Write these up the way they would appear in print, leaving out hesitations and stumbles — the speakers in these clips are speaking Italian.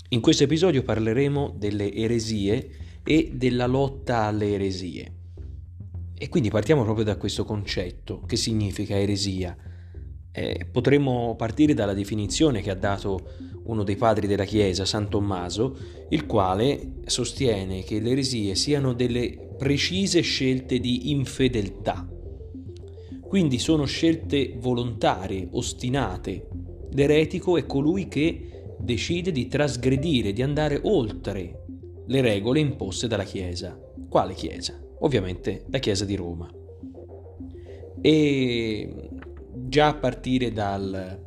In questo episodio parleremo delle eresie e della lotta alle eresie. E quindi partiamo proprio da questo concetto. Che significa eresia? Potremmo partire dalla definizione che ha dato uno dei padri della Chiesa, San Tommaso, il quale sostiene che le eresie siano delle precise scelte di infedeltà. Quindi sono scelte volontarie, ostinate. L'eretico è colui che decide di trasgredire, di andare oltre le regole imposte dalla Chiesa. Quale Chiesa? Ovviamente la Chiesa di Roma. E già a partire dal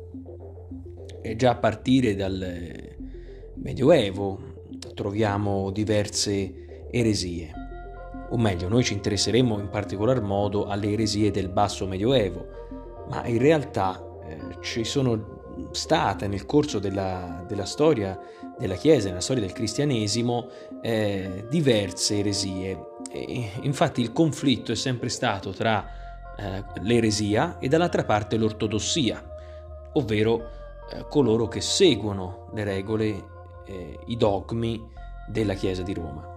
Medioevo troviamo diverse eresie. O meglio, noi ci interesseremo in particolar modo alle eresie del Basso Medioevo, ma in realtà ci sono state nel corso della storia della Chiesa, nella storia del cristianesimo, diverse eresie. E infatti il conflitto è sempre stato tra l'eresia e dall'altra parte l'ortodossia, ovvero coloro che seguono le regole, i dogmi della Chiesa di Roma.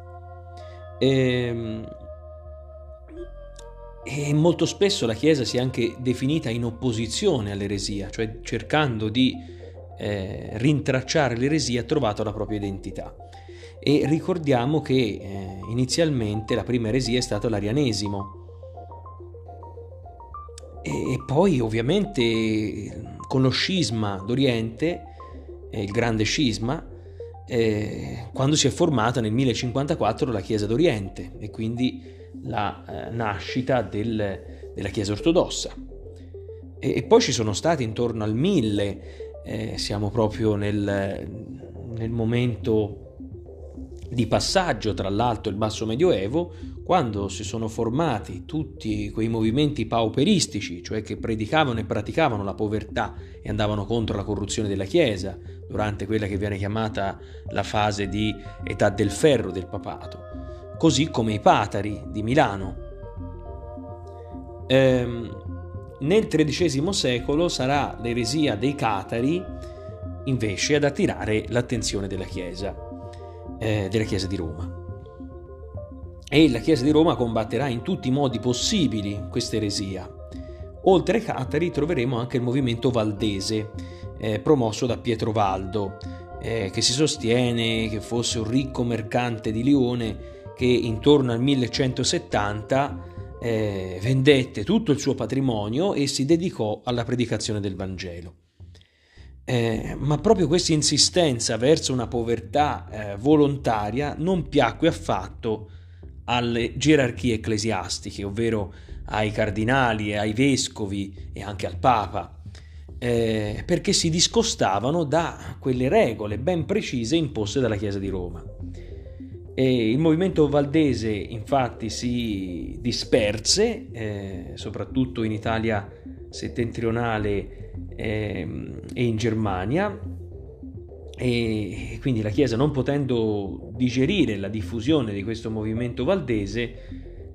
E molto spesso la Chiesa si è anche definita in opposizione all'eresia, cioè cercando di rintracciare l'eresia ha trovato la propria identità. E ricordiamo che inizialmente la prima eresia è stato l'arianesimo, e poi ovviamente con lo scisma d'Oriente, il grande scisma, quando si è formata nel 1054 la Chiesa d'Oriente e quindi la nascita della Chiesa ortodossa. E poi ci sono stati intorno al 1000, siamo proprio nel momento di passaggio tra l'Alto e il Basso Medioevo, quando si sono formati tutti quei movimenti pauperistici, cioè che predicavano e praticavano la povertà e andavano contro la corruzione della Chiesa, durante quella che viene chiamata la fase di età del ferro del papato, così come i Patari di Milano. Nel XIII secolo sarà l'eresia dei Catari invece ad attirare l'attenzione della Chiesa di Roma. E la Chiesa di Roma combatterà in tutti i modi possibili questa eresia. Oltre ai Catari troveremo anche il movimento valdese, promosso da Pietro Valdo, che si sostiene che fosse un ricco mercante di Lione che intorno al 1170 vendette tutto il suo patrimonio e si dedicò alla predicazione del Vangelo. Ma proprio questa insistenza verso una povertà volontaria non piacque affatto alle gerarchie ecclesiastiche, ovvero ai cardinali e ai vescovi e anche al Papa, perché si discostavano da quelle regole ben precise imposte dalla Chiesa di Roma. E il movimento valdese infatti si disperse, soprattutto in Italia settentrionale e in Germania, e quindi la Chiesa, non potendo digerire la diffusione di questo movimento valdese,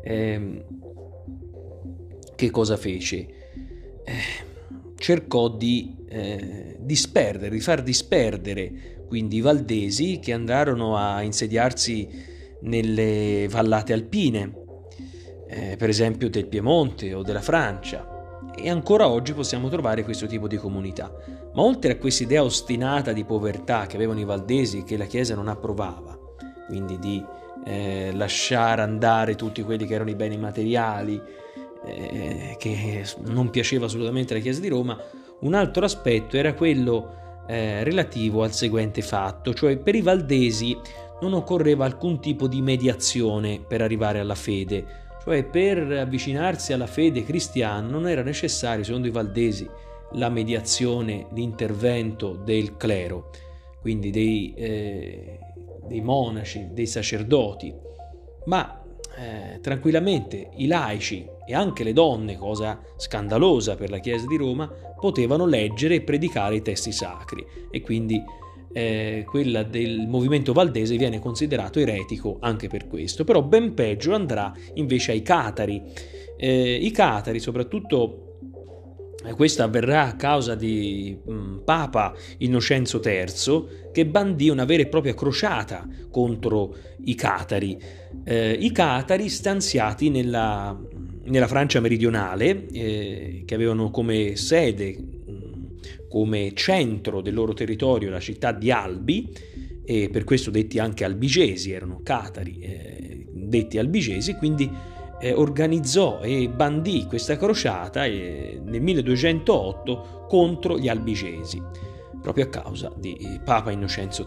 che cosa fece? Cercò di far disperdere quindi i valdesi, che andarono a insediarsi nelle vallate alpine, per esempio del Piemonte o della Francia, e ancora oggi possiamo trovare questo tipo di comunità. Ma oltre a questa idea ostinata di povertà che avevano i valdesi, che la Chiesa non approvava, quindi di lasciare andare tutti quelli che erano i beni materiali, che non piaceva assolutamente alla Chiesa di Roma, un altro aspetto era quello relativo al seguente fatto, cioè per i valdesi non occorreva alcun tipo di mediazione per arrivare alla fede, cioè per avvicinarsi alla fede cristiana non era necessario, secondo i valdesi, la mediazione, l'intervento del clero, quindi dei monaci, dei sacerdoti, ma tranquillamente i laici e anche le donne, cosa scandalosa per la Chiesa di Roma, potevano leggere e predicare i testi sacri, e quindi quella del movimento valdese viene considerato eretico anche per questo. Però ben peggio andrà invece ai Catari. I Catari, soprattutto Questo avverrà a causa di Papa Innocenzo III, che bandì una vera e propria crociata contro i catari. I catari stanziati nella Francia meridionale, che avevano come sede, come centro del loro territorio, la città di Albi, e per questo detti anche albigesi, erano catari detti albigesi, quindi organizzò e bandì questa crociata nel 1208 contro gli albigesi, proprio a causa di Papa Innocenzo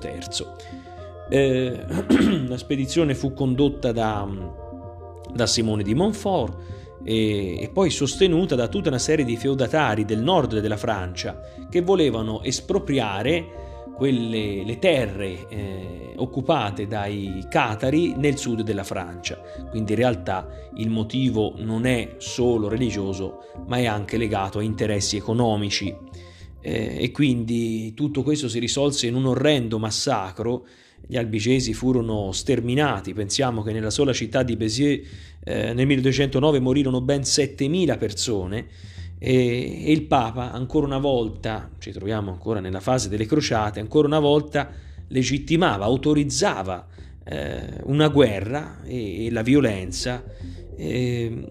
III. La spedizione fu condotta da Simone di Montfort e poi sostenuta da tutta una serie di feudatari del nord della Francia che volevano espropriare le terre occupate dai catari nel sud della Francia. Quindi in realtà il motivo non è solo religioso, ma è anche legato a interessi economici, e quindi tutto questo si risolse in un orrendo massacro. Gli albigesi furono sterminati. Pensiamo che nella sola città di Béziers nel 1209 morirono ben 7.000 persone, e il Papa, ancora una volta, ci troviamo ancora nella fase delle crociate, ancora una volta legittimava, autorizzava una guerra e la violenza, e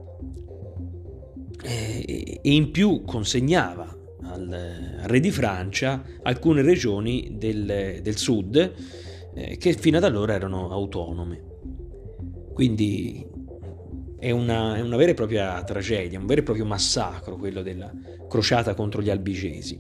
in più consegnava al re di Francia alcune regioni del sud che fino ad allora erano autonome. Quindi è una vera e propria tragedia, un vero e proprio massacro quello della crociata contro gli albigesi.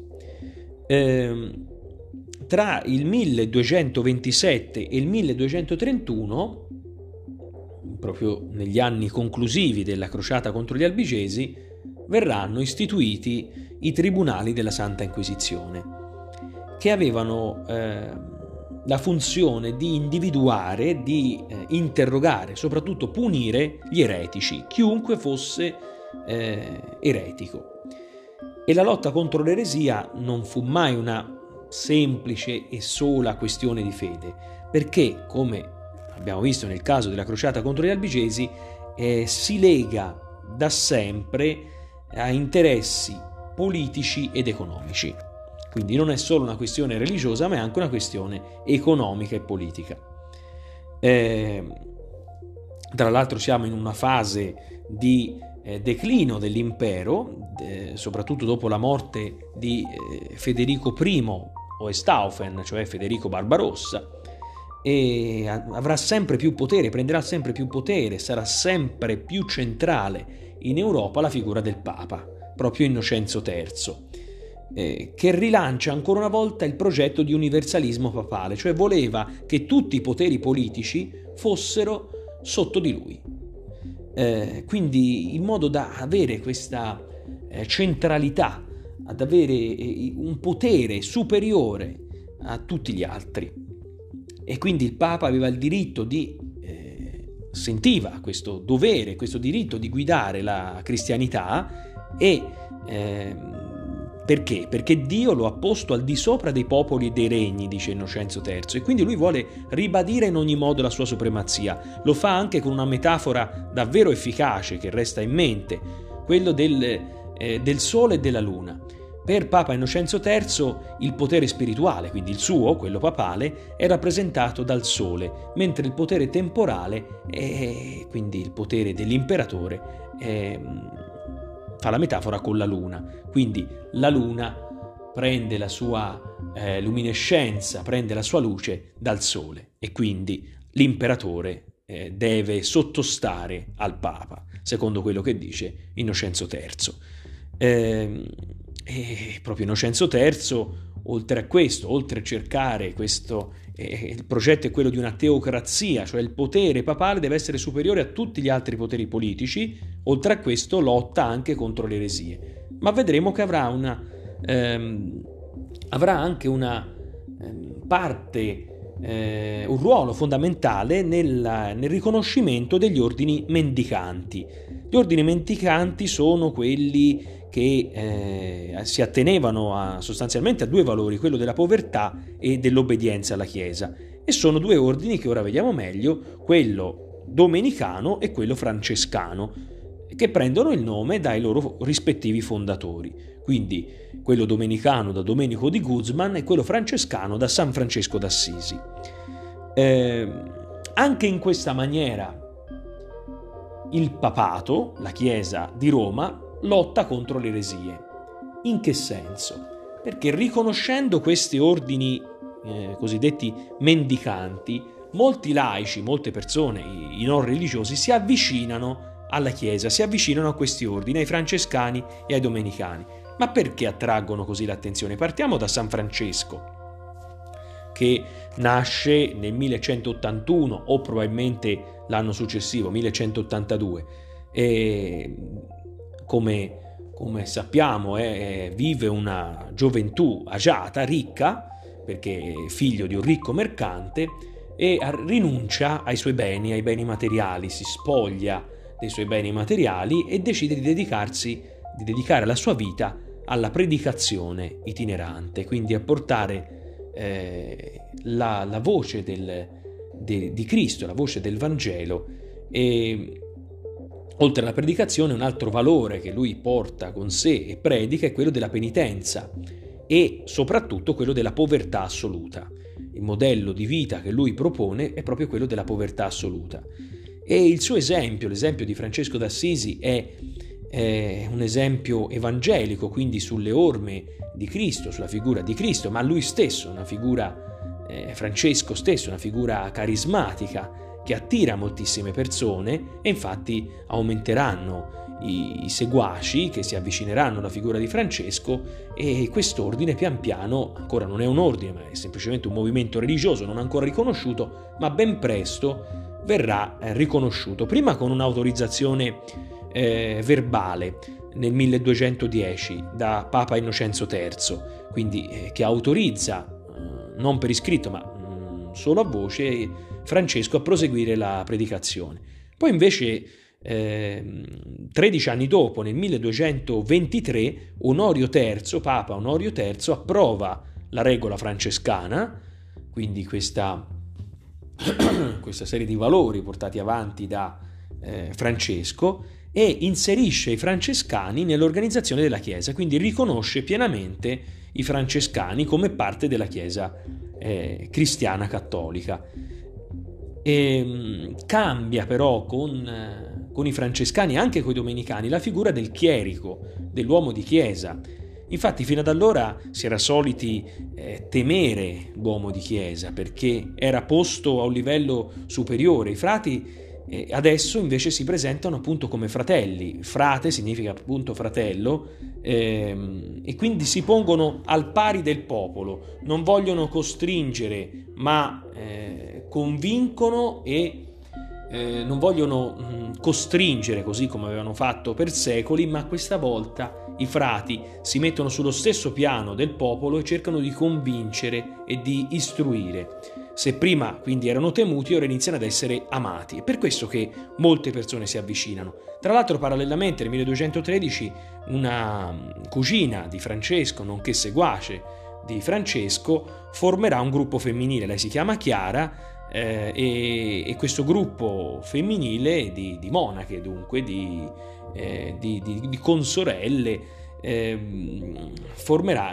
Tra il 1227 e il 1231, proprio negli anni conclusivi della crociata contro gli albigesi, verranno istituiti i tribunali della Santa Inquisizione, che avevano la funzione di individuare, di interrogare, soprattutto punire gli eretici, chiunque fosse eretico. E la lotta contro l'eresia non fu mai una semplice e sola questione di fede, perché, come abbiamo visto nel caso della crociata contro gli albigesi, si lega da sempre a interessi politici ed economici. Quindi non è solo una questione religiosa, ma è anche una questione economica e politica. Tra l'altro siamo in una fase di declino dell'impero, soprattutto dopo la morte di Federico I Hohenstaufen, cioè Federico Barbarossa, e avrà sempre più potere, prenderà sempre più potere, sarà sempre più centrale in Europa la figura del Papa, proprio Innocenzo III. Che rilancia ancora una volta il progetto di universalismo papale, cioè voleva che tutti i poteri politici fossero sotto di lui, quindi in modo da avere questa centralità, ad avere un potere superiore a tutti gli altri. E quindi il Papa aveva il diritto sentiva questo dovere, questo diritto di guidare la cristianità. Perché? Perché Dio lo ha posto al di sopra dei popoli e dei regni, dice Innocenzo III, e quindi lui vuole ribadire in ogni modo la sua supremazia. Lo fa anche con una metafora davvero efficace che resta in mente, quello del sole e della luna. Per Papa Innocenzo III il potere spirituale, quindi il suo, quello papale, è rappresentato dal sole, mentre il potere temporale, quindi il potere dell'imperatore, fa la metafora con la luna. Quindi la luna prende la sua luminescenza, prende la sua luce dal sole, e quindi l'imperatore deve sottostare al Papa, secondo quello che dice Innocenzo III. E proprio Innocenzo III, oltre a questo, oltre a cercare questo, il progetto è quello di una teocrazia, cioè il potere papale deve essere superiore a tutti gli altri poteri politici. Oltre a questo lotta anche contro le eresie, ma vedremo che avrà anche una parte, un ruolo fondamentale nel riconoscimento degli ordini mendicanti. Gli ordini mendicanti sono quelli che si attenevano sostanzialmente a due valori, quello della povertà e dell'obbedienza alla Chiesa, e sono due ordini che ora vediamo meglio, quello domenicano e quello francescano, che prendono il nome dai loro rispettivi fondatori. Quindi quello domenicano da Domenico di Guzman e quello francescano da San Francesco d'Assisi. Anche in questa maniera il papato, la Chiesa di Roma, lotta contro le eresie. In che senso? Perché riconoscendo questi ordini cosiddetti mendicanti, molti laici, molte persone, i non religiosi, si avvicinano alla Chiesa, si avvicinano a questi ordini, ai francescani e ai domenicani. Ma perché attraggono così l'attenzione? Partiamo da San Francesco, che nasce nel 1181 o probabilmente l'anno successivo, 1182, e come sappiamo vive una gioventù agiata, ricca, perché è figlio di un ricco mercante, e rinuncia ai suoi beni, ai beni materiali, si spoglia dei suoi beni materiali e decide di dedicare la sua vita alla predicazione itinerante, quindi a portare la voce di Cristo, la voce del Vangelo. E oltre alla predicazione, un altro valore che lui porta con sé e predica è quello della penitenza e soprattutto quello della povertà assoluta. Il modello di vita che lui propone è proprio quello della povertà assoluta. E il suo esempio, l'esempio di Francesco d'Assisi, è un esempio evangelico, quindi sulle orme di Cristo, sulla figura di Cristo, ma lui stesso, una figura, Francesco stesso, una figura carismatica che attira moltissime persone, e infatti aumenteranno i seguaci che si avvicineranno alla figura di Francesco, e quest'ordine pian piano, ancora non è un ordine ma è semplicemente un movimento religioso non ancora riconosciuto, ma ben presto verrà riconosciuto, prima con un'autorizzazione verbale nel 1210 da Papa Innocenzo III, quindi che autorizza, non per iscritto ma solo a voce, Francesco a proseguire la predicazione. Poi invece 13 anni dopo, nel 1223, Papa Onorio III approva la regola francescana, quindi questa serie di valori portati avanti da Francesco, e inserisce i francescani nell'organizzazione della Chiesa, quindi riconosce pienamente i francescani come parte della Chiesa cristiana cattolica. Cambia però con i francescani, anche con i domenicani, la figura del chierico, dell'uomo di Chiesa. Infatti fino ad allora si era soliti temere l'uomo di Chiesa perché era posto a un livello superiore. I frati adesso invece si presentano appunto come fratelli. Frate significa appunto fratello, e quindi si pongono al pari del popolo, non vogliono costringere ma convincono, e non vogliono costringere così come avevano fatto per secoli, ma questa volta i frati si mettono sullo stesso piano del popolo e cercano di convincere e di istruire. Se prima quindi erano temuti, ora iniziano ad essere amati. È per questo che molte persone si avvicinano. Tra l'altro, parallelamente, nel 1213, una cugina di Francesco, nonché seguace di Francesco, formerà un gruppo femminile. Lei si chiama Chiara, e questo gruppo femminile di monache, dunque di consorelle, formerà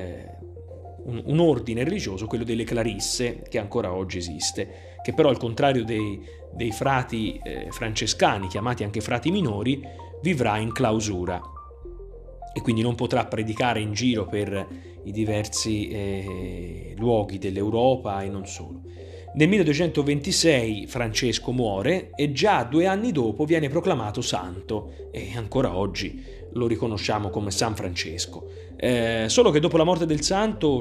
un ordine religioso, quello delle Clarisse, che ancora oggi esiste, che però al contrario dei frati francescani, chiamati anche frati minori, vivrà in clausura e quindi non potrà predicare in giro per i diversi luoghi dell'Europa e non solo. Nel 1226 Francesco muore e già 2 anni dopo viene proclamato santo, e ancora oggi lo riconosciamo come San Francesco. Solo che dopo la morte del santo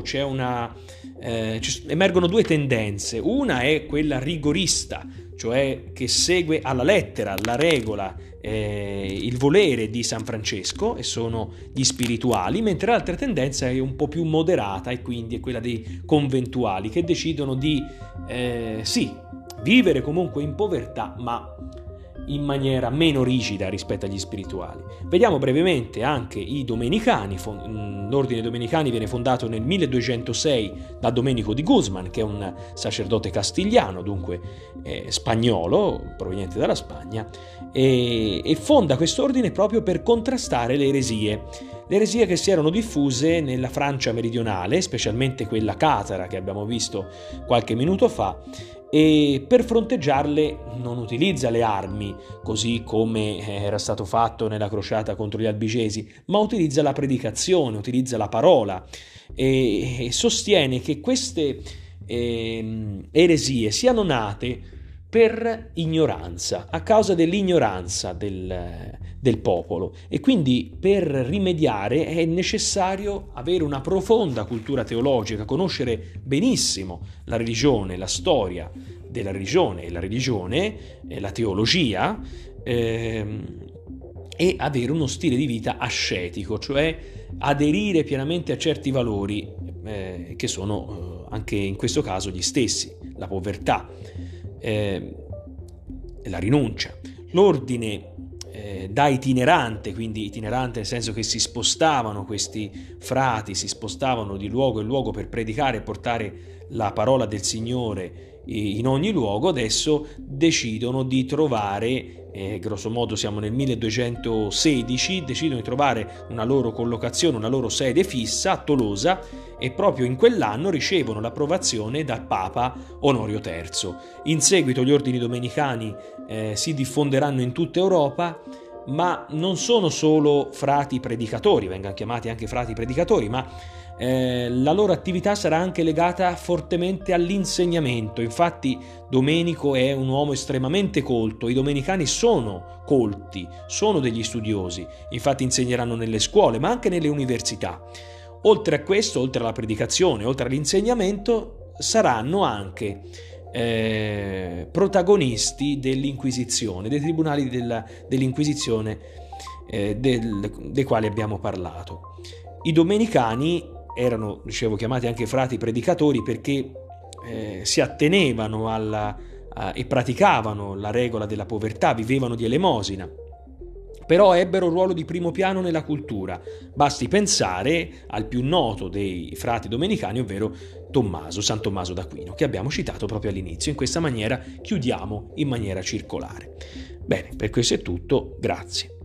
emergono 2 tendenze. Una è quella rigorista, cioè che segue alla lettera la regola, il volere di San Francesco, e sono gli spirituali, mentre l'altra tendenza è un po' più moderata, e quindi è quella dei conventuali, che decidono di vivere comunque in povertà, ma in maniera meno rigida rispetto agli spirituali. Vediamo brevemente anche i domenicani. L'ordine domenicani viene fondato nel 1206 da Domenico di Guzman, che è un sacerdote castigliano, dunque spagnolo, proveniente dalla Spagna, e fonda quest'ordine proprio per contrastare le eresie che si erano diffuse nella Francia meridionale, specialmente quella catara che abbiamo visto qualche minuto fa, e per fronteggiarle non utilizza le armi così come era stato fatto nella crociata contro gli albigesi, ma utilizza la predicazione, utilizza la parola, e sostiene che queste eresie siano nate per ignoranza, a causa dell'ignoranza del popolo, e quindi per rimediare è necessario avere una profonda cultura teologica, conoscere benissimo la religione, la storia della religione, la teologia, e avere uno stile di vita ascetico, cioè aderire pienamente a certi valori che sono anche in questo caso gli stessi: la povertà, la rinuncia. L'ordine da itinerante, quindi itinerante nel senso che si spostavano questi frati, si spostavano di luogo in luogo per predicare e portare la parola del Signore in ogni luogo, adesso decidono di trovare, grosso modo siamo nel 1216, decidono di trovare una loro collocazione, una loro sede fissa a Tolosa, e proprio in quell'anno ricevono l'approvazione dal Papa Onorio III. In seguito gli ordini domenicani si diffonderanno in tutta Europa, ma non sono solo frati predicatori, vengono chiamati anche frati predicatori, ma la loro attività sarà anche legata fortemente all'insegnamento. Infatti Domenico è un uomo estremamente colto, i domenicani sono colti, sono degli studiosi, infatti insegneranno nelle scuole ma anche nelle università. Oltre a questo, oltre alla predicazione, oltre all'insegnamento, saranno anche protagonisti dell'Inquisizione, dei tribunali dell'Inquisizione dei quali abbiamo parlato. I domenicani erano, dicevo, chiamati anche frati predicatori perché si attenevano e praticavano la regola della povertà, vivevano di elemosina, però ebbero un ruolo di primo piano nella cultura. Basti pensare al più noto dei frati domenicani, ovvero San Tommaso d'Aquino, che abbiamo citato proprio all'inizio. In questa maniera chiudiamo in maniera circolare. Bene, per questo è tutto, grazie.